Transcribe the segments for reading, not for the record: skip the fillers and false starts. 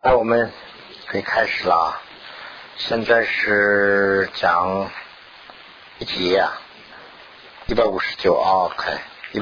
那我们可以开始了。现在是讲一集啊，159 OK，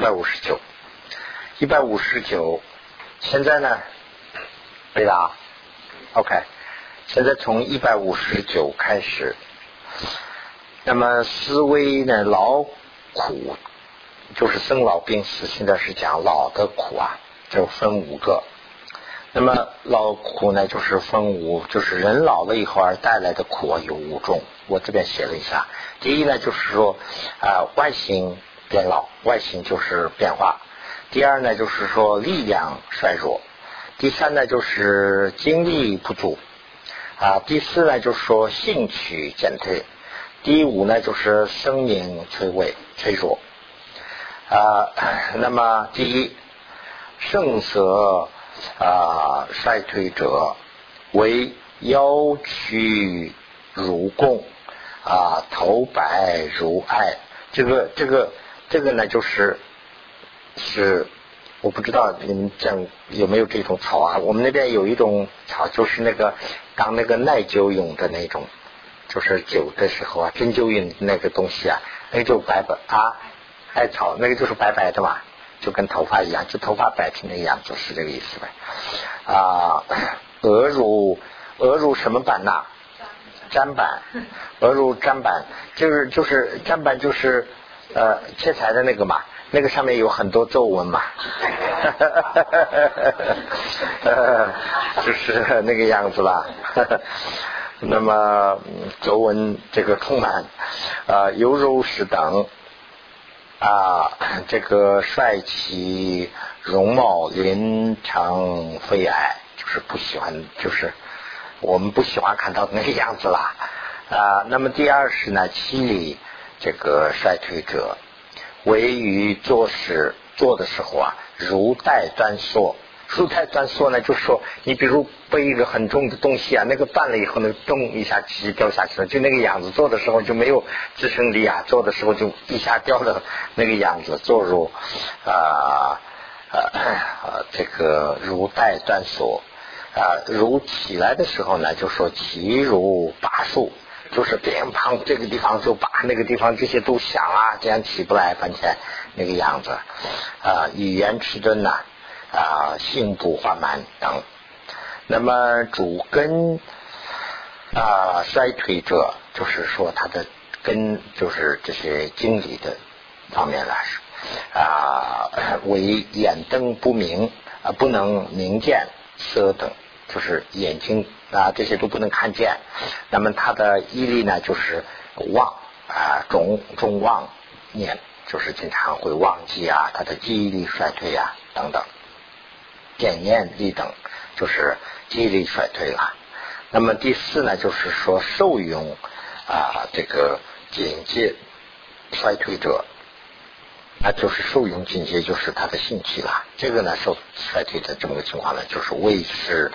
159。现在呢，对啦 OK， 现在从159开始。那么思维呢，劳苦就是生老病死，现在是讲老的苦啊，就分5个。那么老苦呢，就是分5，就是人老了以后而带来的苦啊，有5种。我这边写了一下。第一呢，就是说外形变老，外形就是变化。第二呢，就是说力量衰弱。第三呢，就是精力不足第四呢，就是说兴趣减退。第5呢，就是生命脆弱那么第一，盛色衰退者为腰躯如贡头白如艾。这个呢，就是我不知道你们讲有没有这种草啊？我们那边有一种草，就是那个当那个耐久用的那种，就是酒的时候针灸用那个东西那个就白艾草，那个就是白白的嘛，就跟头发一样，就头发摆平那个样子，是这个意思呗。额如什么板呐？砧板。额如砧板，就是砧板就是切菜的那个嘛，那个上面有很多皱纹嘛就是那个样子吧那么皱纹这个充满犹如是等这个帅气容貌连长飞矮，就是不喜欢，就是我们不喜欢看到那个样子啦那么第二是呢，妻离这个衰退者为于做的时候如带断缩。如带断缩呢，就是说你比如背一个很重的东西那个断了以后呢，咚一下直接掉下去了，就那个样子。做的时候就没有支撑力做的时候就一下掉了那个样子。做如这个如带断缩如起来的时候呢，就说其如拔树，就是乒乓这个地方就拔那个地方，这些都响这样起不来，反正那个样子语言迟钝性不缓慢等。那么主根衰退者，就是说他的根就是这些经理的方面来说为眼灯不明不能明见色等，就是眼睛这些都不能看见。那么他的毅力呢，就是忘重忘念，就是经常会忘记他的记忆力衰退等等。检验力等，就是记忆力衰退了。那么第4呢，就是说受用这个境界衰退者就是受用境界，就是他的兴趣了。这个呢，受衰退的这么个情况呢，就是为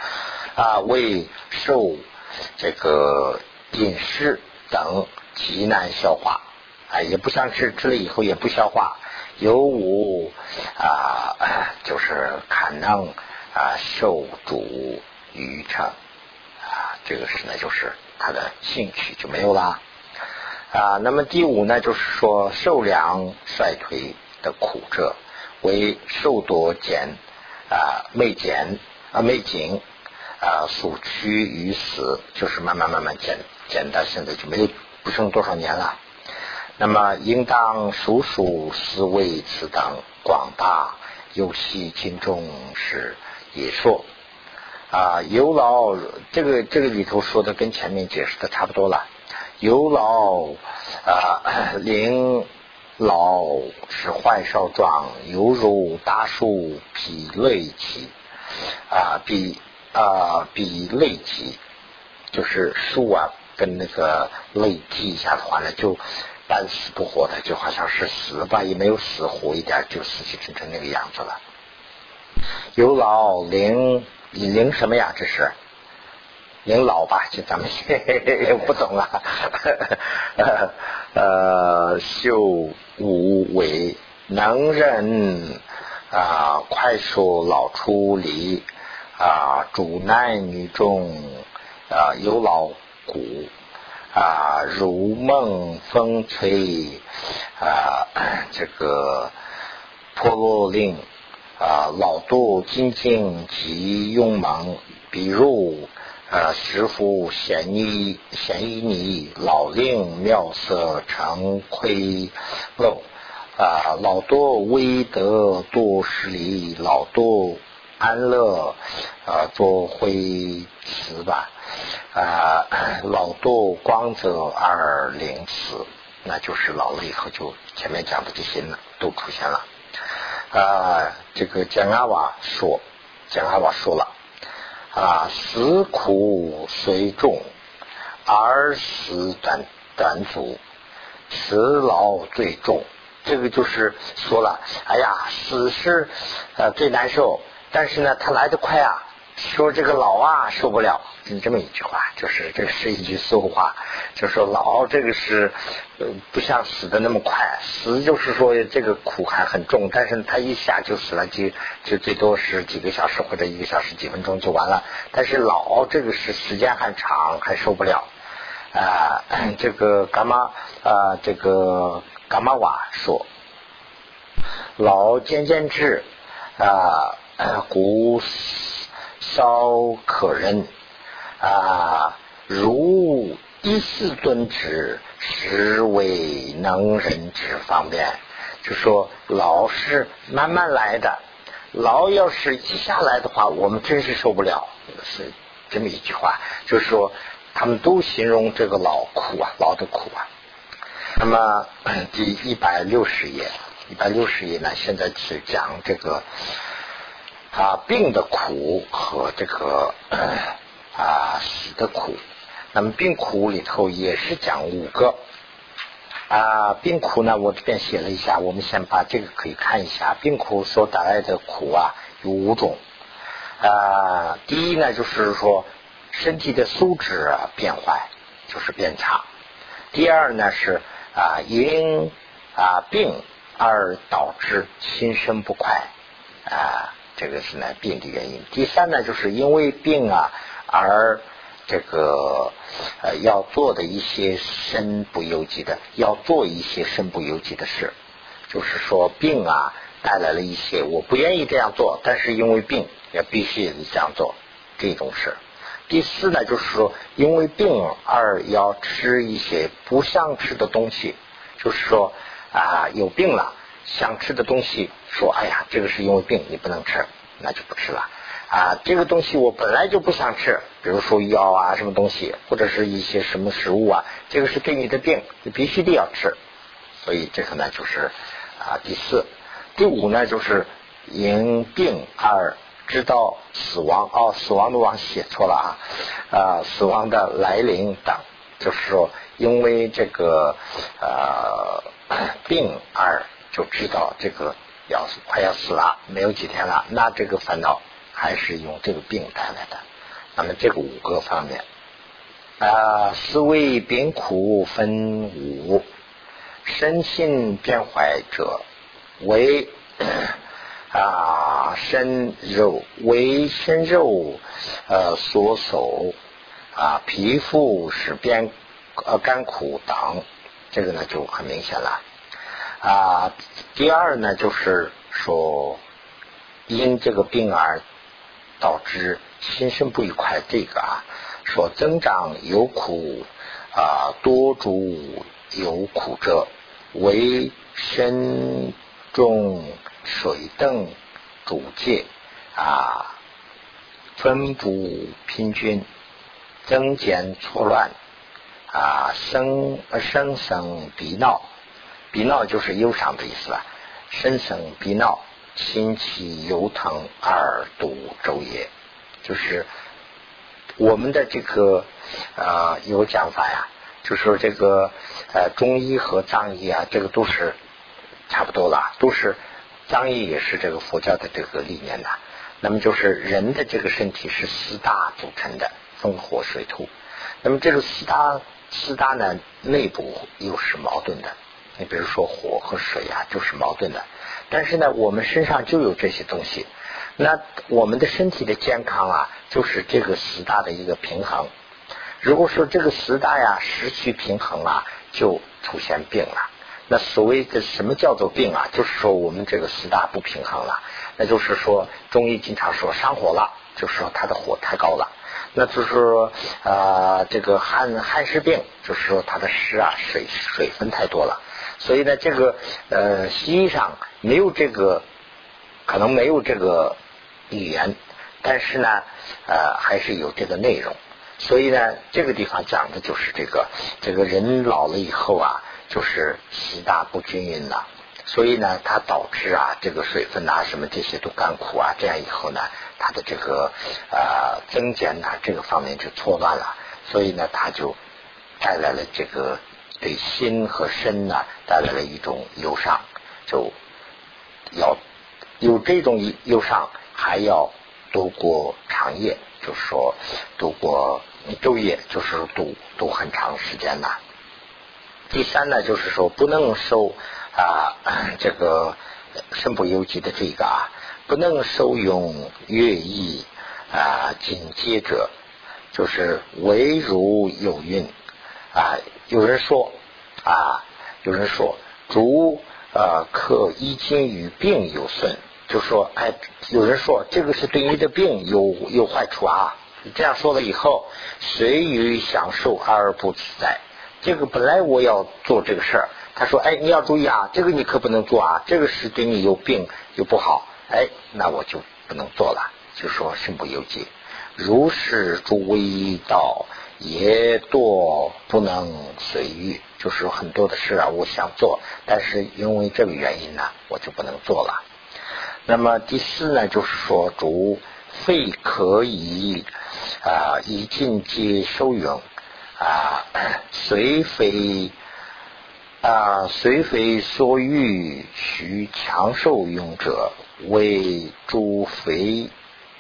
受这个饮食等极难消化也不像是吃了以后也不消化，有无就是坎能受主愚成这个是呢，就是他的兴趣就没有啦那么第5呢，就是说受量衰退的苦者为受多减昧紧所趋于死，就是慢慢减到现在就没有不剩多少年了。那么应当数思维此等广大有细轻重是也说有劳这个里头说的跟前面解释的差不多了。有劳龄老是坏少壮，犹如大树比累积比累积，就是树跟那个累积一下的话呢，就半死不活的，就好像是死吧也没有死，活一点就死气沉沉那个样子了。有老龄什么呀？这是龄老吧？就咱们不懂秀无为能忍快速老出离主男女中有老骨如梦风吹这个婆罗令老度精进及勇猛，比如师父显衣尼老令妙色成亏漏老多威德多势力老多安乐多慧慈吧老多光泽而灵死，那就是老了以后就前面讲的这些呢都出现了这个讲阿瓦说了死苦虽重而死短足，此劳最重。这个就是说了，哎呀，死是最难受，但是呢，它来得快啊。说这个老受不了，这么一句话，就是这是一句俗话，就说老这个是不像死的那么快，死就是说这个苦还很重，但是他一下就死了，就最多是几个小时或者1个小时几分钟就完了。但是老这个是时间还长，还受不了这个伽玛瓦说，老渐至骨稍可忍如14吨之实为能人之方便。就说老是慢慢来的，老要是一下来的话，我们真是受不了，是这么一句话。就是说他们都形容这个老苦老的苦那么第160页呢，现在是讲这个病的苦和这个死的苦。那么病苦里头也是讲5个病苦呢，我这边写了一下，我们先把这个可以看一下。病苦所带来的苦有5种第一呢，就是说身体的素质变坏，就是变差。第二呢是因病而导致心生不快这个是呢病的原因。第三呢，就是因为病而这个要做的一些身不由己的，要做一些身不由己的事，就是说病带来了一些我不愿意这样做，但是因为病也必须这样做这种事。第四呢，就是说因为病而要吃一些不想吃的东西，就是说有病了想吃的东西，说哎呀这个是因为病你不能吃，那就不吃了这个东西我本来就不想吃，比如说药什么东西，或者是一些什么食物这个是对你的病你必须得要吃，所以这个呢就是第四。第五呢，就是因病而知道死亡死亡的写错了死亡的来临等，就是说因为这个病而就知道这个快要死了，没有几天了，那这个烦恼还是用这个病带来的。那么这个5个方面思维病苦分5，身心变坏者为身肉为身肉所受皮肤是变干苦等，这个呢就很明显了第二呢，就是说因这个病而导致心生不愉快，这个说增长有苦多诸有苦者为身中水等主界分布平均，增减错乱生鼻闹，鼻闹就是忧伤的意思了。生鼻闹，心气游腾而度周也，就是我们的这个有讲法就是说这个中医和藏医这个都是差不多了，都是藏医也是这个佛教的这个理念的。那么就是人的这个身体是4大组成的，风火水土。那么这个四大呢，内部又是矛盾的。你比如说火和水就是矛盾的，但是呢我们身上就有这些东西。 那我们的身体的健康啊，就是这个四大的一个平衡。如果说这个四大呀失去平衡啊，就出现病了。那所谓的什么叫做病啊？就是说我们这个四大不平衡了。那就是说中医经常说上火了，就是说它的火太高了。那就是说这个寒湿病，就是说它的湿啊水分太多了。所以呢这个西医上没有这个，可能没有这个语言，但是呢还是有这个内容。所以呢这个地方讲的就是这个人老了以后啊，就是四大不均匀了，所以呢它导致啊这个水分啊什么这些都干枯啊，这样以后呢它的这个增减啊这个方面就错乱了，所以呢它就带来了这个对心和身呢带来了一种忧伤，就要有这种忧伤，还要度过长夜，就是说度过昼夜，就是度很长时间呐。第三呢就是说不能受这个身不由己的这个不能受用乐意紧接者，就是唯如有孕有人说主可医经与病有损，就说有人说这个是对你的病有坏处啊，这样说了以后，随于享受而不自在。这个本来我要做这个事儿，他说你要注意啊，这个你可不能做啊，这个是对你有病又不好，那我就不能做了，就说身不由己。如是诸为道，也多不能随欲，就是很多的事啊我想做，但是因为这个原因呢我就不能做了。那么第四呢就是说主非可以以尽皆受用虽非所欲须强受用者，为诸肥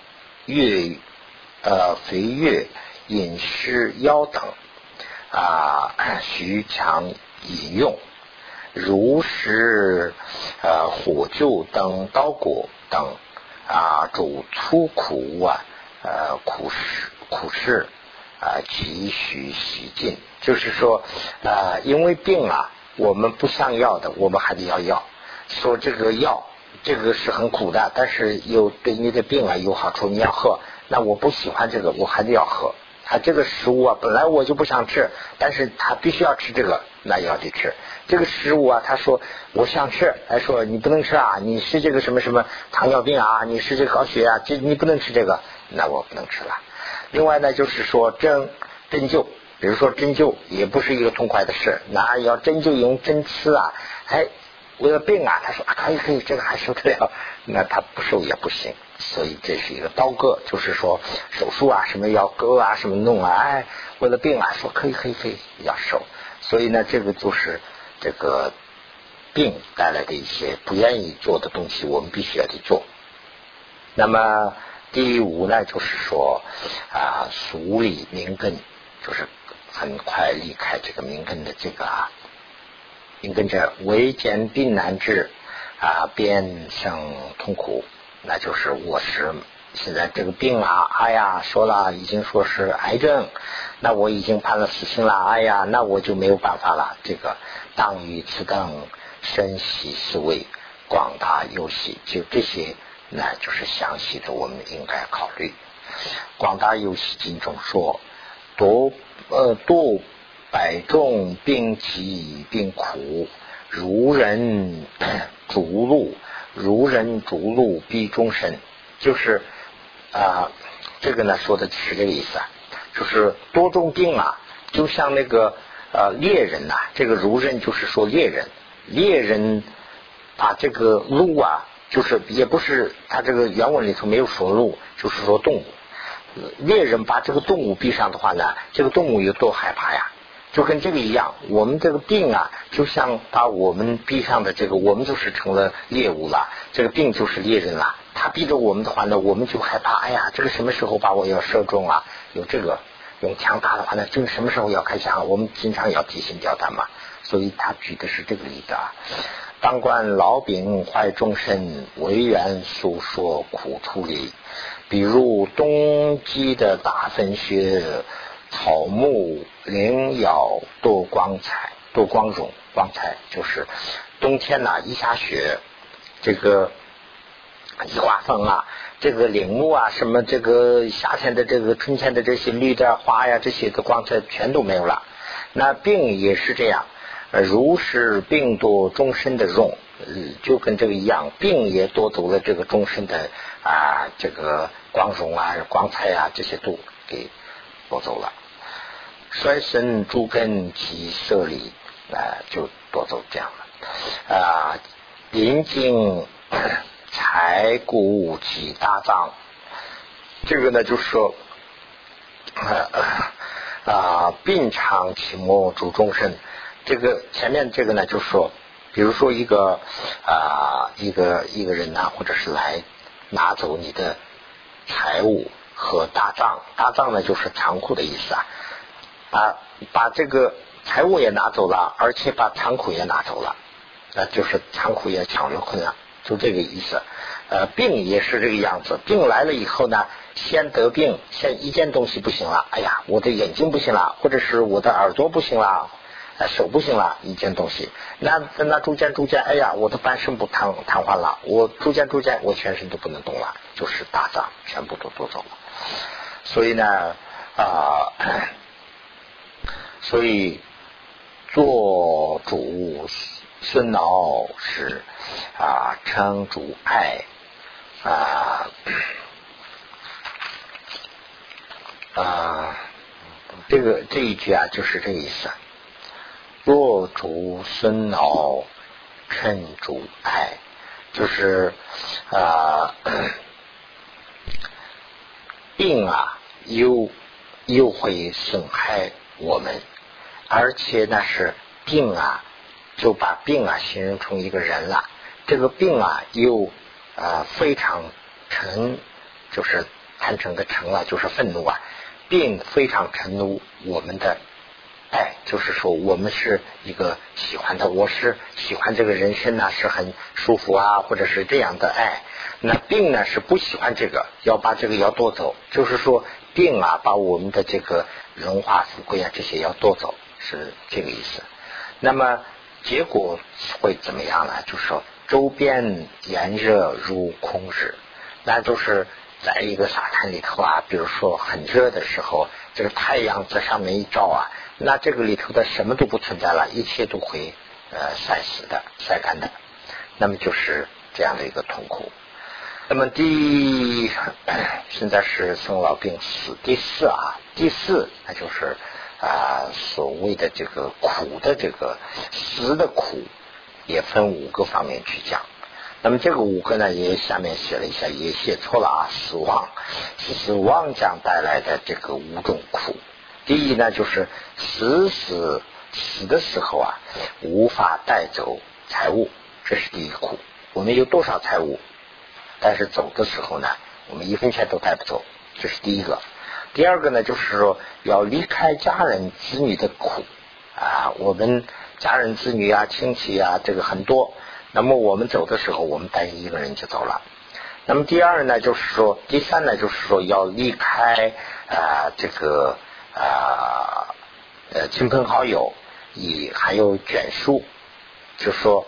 越饮食药等须强饮用，如是火灸等刀果等主粗苦苦事急需洗尽。就是说因为病啊我们不想要的我们还得要药，说这个药这个是很苦的，但是有对你的病有好处，你要喝，那我不喜欢这个我还得要喝。这个食物本来我就不想吃，但是他必须要吃这个，那也要得吃这个食物他说我想吃，说你不能吃你是这个什么什么糖尿病你是这个高血压你不能吃这个，那我不能吃了。另外呢就是说针灸，比如说针灸也不是一个痛快的事，那要针灸用针刺为了病他说可以这个还受得了，那他不受也不行。所以这是一个刀割，就是说手术什么要割什么弄为了病说可以要受。所以呢这个就是这个病带来的一些不愿意做的东西，我们必须要去做。那么第五呢就是说俗理明根，就是很快离开这个明根的这个明根者为见病难治便生痛苦，那就是我是现在这个病说了已经说是癌症，那我已经判了死刑了，那我就没有办法了，这个当于此等深细思维广大游戏，就这些那就是详细的我们应该考虑。广大游戏经中说多百种病疾病苦，如人逐鹿必终身，就是这个呢说的是这个意思就是多种病就像那个猎人这个如人就是说猎人把这个鹿就是也不是他这个原文里头没有说鹿，就是说动物，猎人把这个动物逼上的话呢，这个动物有多害怕就跟这个一样，我们这个病就像把我们逼上的这个，我们就是成了猎物了，这个病就是猎人了，他逼着我们的话呢，我们就害怕，这个什么时候把我要射中有这个用枪打的话呢，这个什么时候要开枪，我们经常要提心吊胆嘛。所以他举的是这个例子当观老病坏众生，唯愿诉说苦处理。比如冬季的大风雪，草木灵鸟多光彩，多光荣。光彩就是冬天呐，一下雪，这个一刮风啊，这个林木啊，什么这个夏天的这个春天的这些绿的花呀，这些的光彩全都没有了。那病也是这样，如是病多终身的荣，就跟这个一样，病也夺走了这个终身的这个光荣啊、光彩啊，这些都给夺走了。衰身诸根及舍离，就夺走这样了。临近财骨及大脏，这个呢就是说病长其末诸终身。这个前面这个呢就是说，比如说一个人呐，或者是来拿走你的财物和大账，大账呢就是仓库的意思把这个财物也拿走了，而且把仓库也拿走了，就是仓库也抢了困了，就这个意思。病也是这个样子，病来了以后呢，先得病，先一件东西不行了，哎呀，我的眼睛不行了，或者是我的耳朵不行了，手不行了，一件东西，那逐渐，哎呀，我的半身不瘫痪了，我逐渐我全身都不能动了，就是大脏全部都夺走了。所以呢所以做主孙老是称主爱这一句就是这个意思。若主孙老称主爱，就是病又会损害我们，而且呢是病就把病形容成一个人了。这个病又非常沉，就是谈成的成了，就是愤怒病非常沉怒我们的爱，就是说我们是一个喜欢的，我是喜欢这个人生是很舒服或者是这样的爱。那病呢是不喜欢这个，要把这个要夺走，就是说病把我们的这个荣华富贵这些要夺走，是这个意思。那么结果会怎么样呢？就是说周边炎热如空日，那就是在一个沙滩里头比如说很热的时候，这个太阳在上面一照那这个里头的什么都不存在了，一切都会晒死的、晒干的。那么就是这样的一个痛苦。那么现在是生老病死，第四那就是所谓的这个苦的这个死的苦，也分5个方面去讲。那么这个5个呢，也下面写了一下，也写错了死亡将带来的这个5种苦。第一呢，就是死的时候无法带走财物，这是第一苦。我们有多少财物，但是走的时候呢，我们1分钱都带不走，这是第一个。第二个呢，就是说要离开家人子女的苦我们家人子女亲戚这个很多，那么我们走的时候，我们带一个人就走了。那么第三呢，就是说要离开这个亲朋好友，还有眷属，就说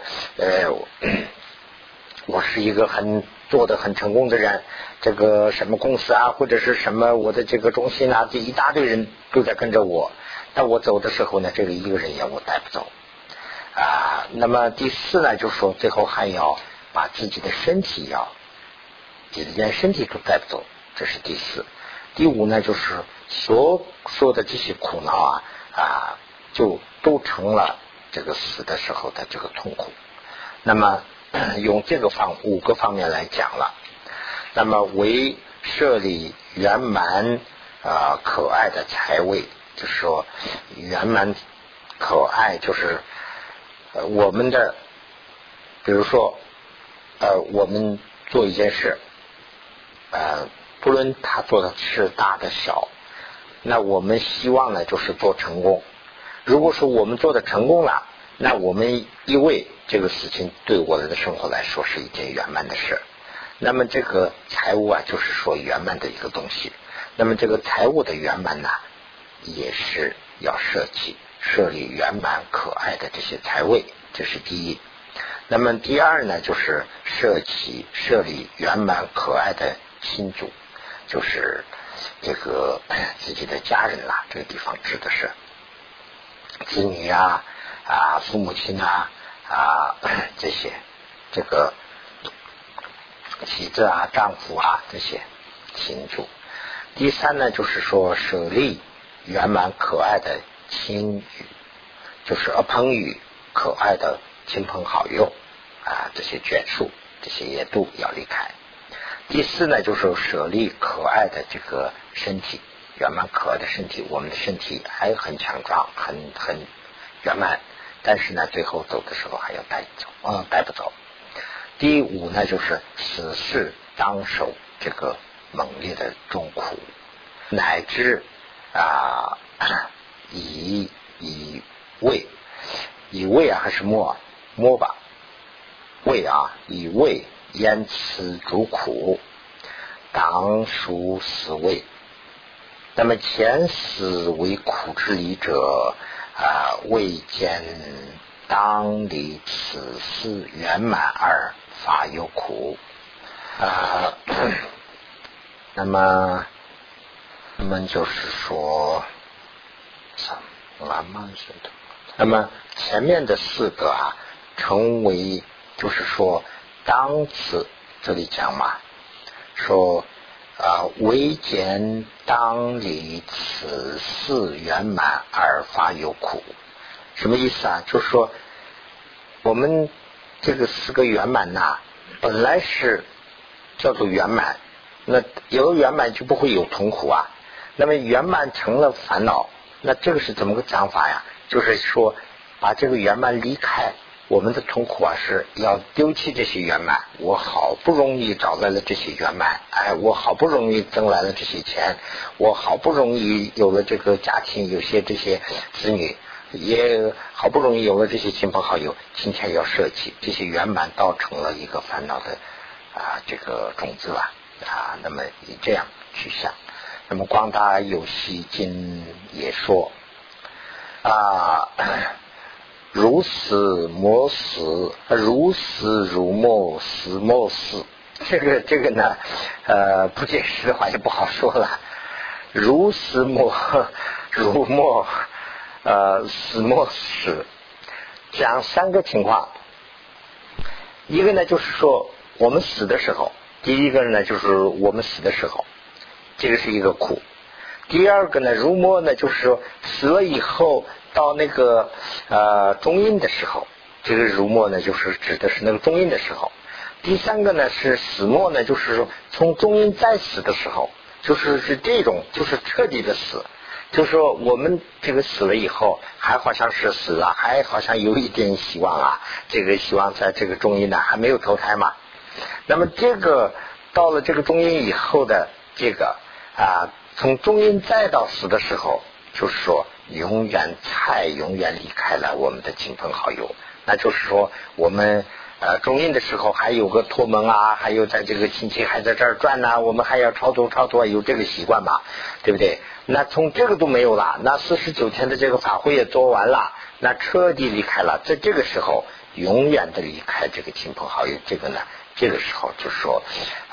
我是一个做得很成功的人，这个什么公司或者是什么我的这个中心这一大堆人都在跟着我，但我走的时候呢，这个一个人我带不走那么第4呢，就是说最后还要把自己的身体连身体都带不走，这是第4。第5呢，就是所说的这些苦恼就都成了这个死的时候的这个痛苦。那么用这个5个方面来讲了。那么为舍离圆满可爱的财位，就是说圆满可爱，就是我们的比如说我们做一件事不论他做的是大的小，那我们希望呢就是做成功。如果说我们做的成功了， 那我们因为这个事情对我们的生活来说是一件圆满的事，那么这个财务啊就是说圆满的一个东西，那么这个财务的圆满呢也是要设立圆满可爱的这些财位，这是第一。那么第二呢就是设立圆满可爱的亲族，就是这个自己的家人啦，这个地方指的是子女啊父母亲啊这些，这个妻子啊丈夫啊这些亲族。第三呢就是说设立圆满可爱的亲语，就是朋友可爱的亲朋好友这些眷属，这些也都要离开。第四呢就是设立可爱的这个身体，圆满可爱的身体，我们的身体还很强壮，很圆满，但是呢最后走的时候还要带不走。第五呢就是死事当受这个猛烈的重苦，乃至以胃还是摸吧，胃以胃淹此诸苦，当属死味。那么前死为苦之理者未见当离此事圆满而发有苦那么就是说那么前面的四个成为就是说当此这里讲嘛，说未见当离此事圆满而发有苦，什么意思就是说我们这个四个圆满本来是叫做圆满，那有圆满就不会有痛苦那么圆满成了烦恼，那这个是怎么个讲法呀？就是说把这个圆满离开，我们的痛苦是要丢弃这些圆满。我好不容易找来了这些圆满，我好不容易挣来了这些钱，我好不容易有了这个家庭，有些这些子女，也好不容易有了这些亲朋好友，今天要舍弃这些圆满，倒成了一个烦恼的这个种子那么以这样去想。那么广大有希经也说如死莫死，如死如莫，死莫死。这个呢不解释的话就不好说了。如死莫如莫死莫死，讲三个情况。一个呢就是说我们死的时候，第一个呢就是我们死的时候，这个是一个苦。第二个呢如莫呢就是说死了以后到那个中阴的时候，这个如莫呢就是指的是那个中阴的时候。第三个呢是死莫呢，就是说从中阴再死的时候，是这种就是彻底的死，就是说我们这个死了以后还好像是死了，还好像有一点希望这个希望在这个中阴呢还没有投胎嘛。那么这个到了这个中阴以后的这个从中阴再到死的时候，就是说永远离开了我们的亲朋好友。那就是说我们中阴的时候还有个托门还有在这个亲戚还在这儿转我们还要超度有这个习惯嘛，对不对？那从这个都没有了，那49天的这个法会也做完了，那彻底离开了，在这个时候永远的离开这个亲朋好友，这个呢这个时候就说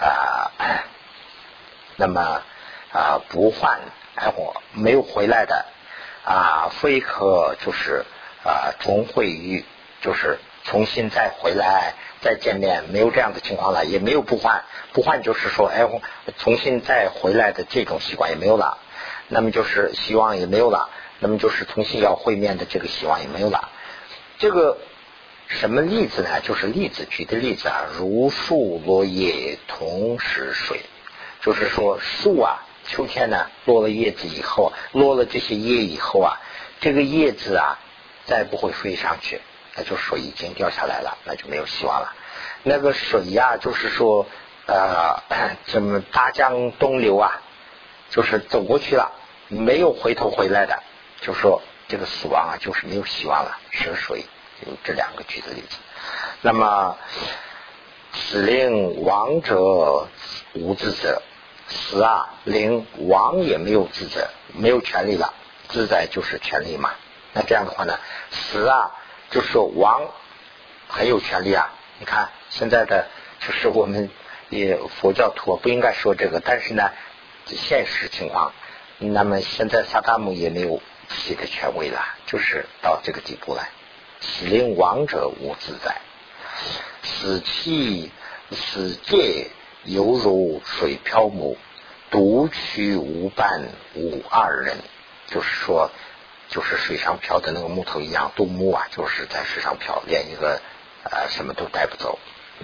那么不换没有回来的非可就是重会遇，就是重新再回来再见面，没有这样的情况了，也没有不换就是说重新再回来的这种习惯也没有了，那么就是希望也没有了，那么就是重新要会面的这个希望也没有了。这个什么例子呢？就是举的例子如树落叶同时水，就是说树秋天呢落了叶子以后，落了这些叶以后这个叶子再不会飞上去，那就水已经掉下来了，那就没有希望了。那个水就是说怎么大江东流就是走过去了，没有回头回来的，就说这个死亡就是没有希望了，是水有这两个举的例子。那么死令亡者无自责，死啊令亡也没有自责，没有权利了，自在就是权利嘛。那这样的话呢，死啊就是说亡很有权利啊。你看现在的就是我们也佛教徒不应该说这个，但是呢现实情况，那么现在萨达姆也没有自己的权威了，就是到这个地步来。死令亡者无自在，死气死界犹如水漂木，独躯无伴无二人，就是说就是水上漂的那个木头一样，独木啊，就是在水上漂，连一个什么都带不走。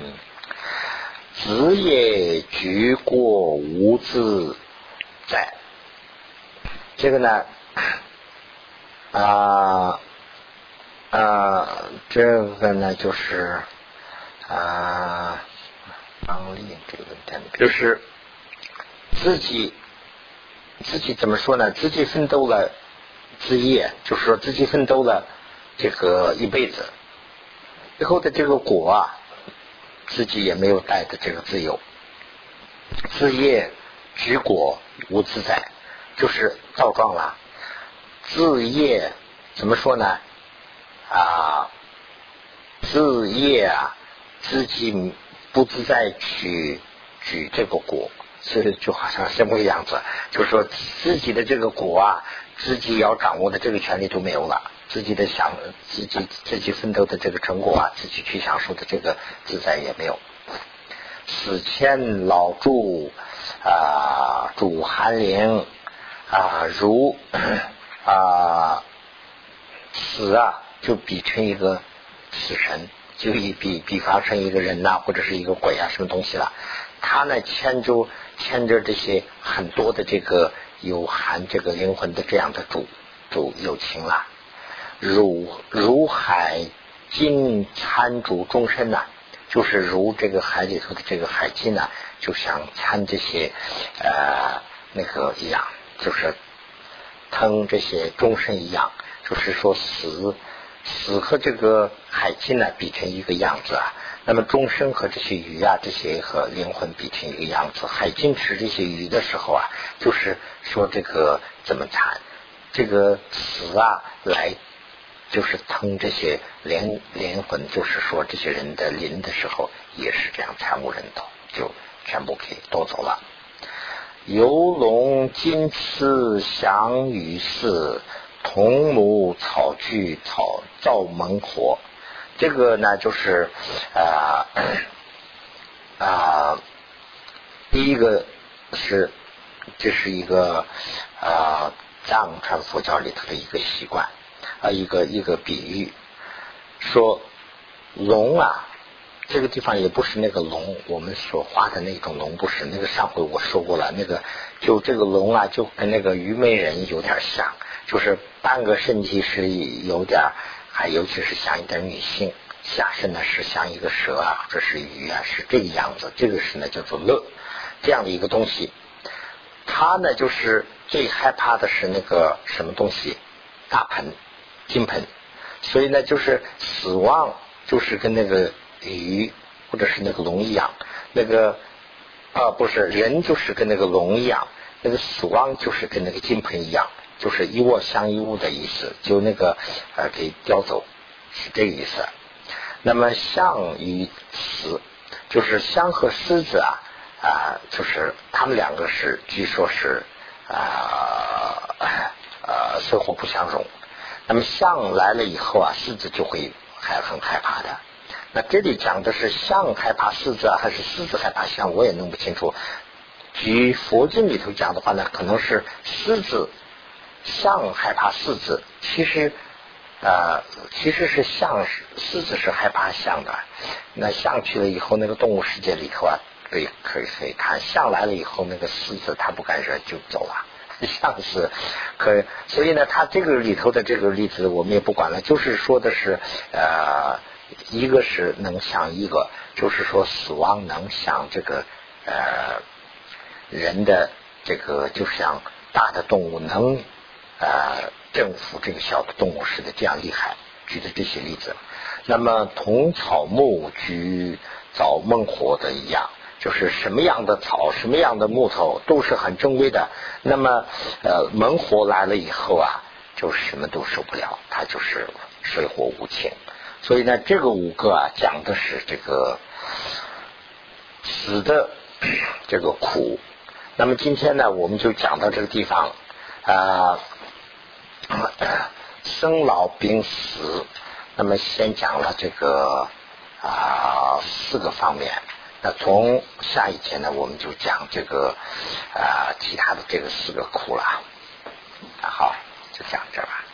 子也举过无自在，这个呢这个呢就是方力这个问题，就是自己怎么说呢？自己奋斗了自业，就是说自己奋斗了这个一辈子，最后的这个果啊，自己也没有带的这个自由。自业举果无自在，就是造状了。自业怎么说呢？自业啊，自己不自在去举这个果，所以就好像什么样子，就是说自己的这个果啊，自己要掌握的这个权利都没有了，自己的自己奋斗的这个成果啊，自己去享受的这个自在也没有。死前老住住寒灵如死啊，就比成一个死神，就比方成一个人呐，或者是一个鬼啊，什么东西了。他呢牵着这些很多的这个有含这个灵魂的这样的主有情了。如海金参主众生呐，就是如这个海里头的这个海金啊，就像参这些那个一样，就是腾这些众生一样，就是说死和这个海金呢比成一个样子啊。那么众生和这些鱼啊，这些和灵魂比成一个样子。海金吃这些鱼的时候啊，就是说这个怎么参这个死啊来就是腾这些灵魂，就是说这些人的灵的时候也是这样惨无人道，就全部给夺走了。游龙金翅祥于寺，桐木草具造猛火。这个呢就是第一个是这是一个藏传佛教里头的一个习惯一个比喻，说龙啊，这个地方也不是那个龙我们所画的那种龙，不是那个，上回我说过了，那个就这个龙啊就跟那个虞美人有点像，就是半个身体是有点，还尤其是像一点女性，下身呢是像一个蛇啊或者是鱼啊，是这个样子，这个是呢叫做乐这样的一个东西。他呢就是最害怕的是那个什么东西，大盆金盆，所以呢就是死亡就是跟那个鱼或者是那个龙一样，那个不是人就是跟那个龙一样，那个死亡就是跟那个金盆一样，就是一握相一物的意思，就那个给叼走，是这个意思。那么象与死，就是象和狮子就是他们两个是据说是水火不相容。那么象来了以后狮子就会很害怕的。那这里讲的是象害怕狮子还是狮子害怕象，我也弄不清楚。据佛经里头讲的话呢，可能是象害怕狮子，其实是狮子是害怕象的。那象去了以后，那个动物世界里头可以看，象来了以后，那个狮子它不敢惹就走了。像是所以呢他这个里头的这个例子我们也不管了，就是说的是一个是能想一个，就是说死亡能想这个人的这个就像大的动物能征服这个小的动物似的，这样厉害，举的这些例子。 那么同草木居造闷火的一样，就是什么样的草什么样的木头都是很珍贵的。那么猛火来了以后啊，就什么都受不了，它就是水火无情。所以呢，这个5个啊讲的是这个死的这个苦。那么今天呢，我们就讲到这个地方生老病死。那么先讲了这个4个方面。那从下一节呢，我们就讲这个其他的这个4个苦了。好，就讲这吧。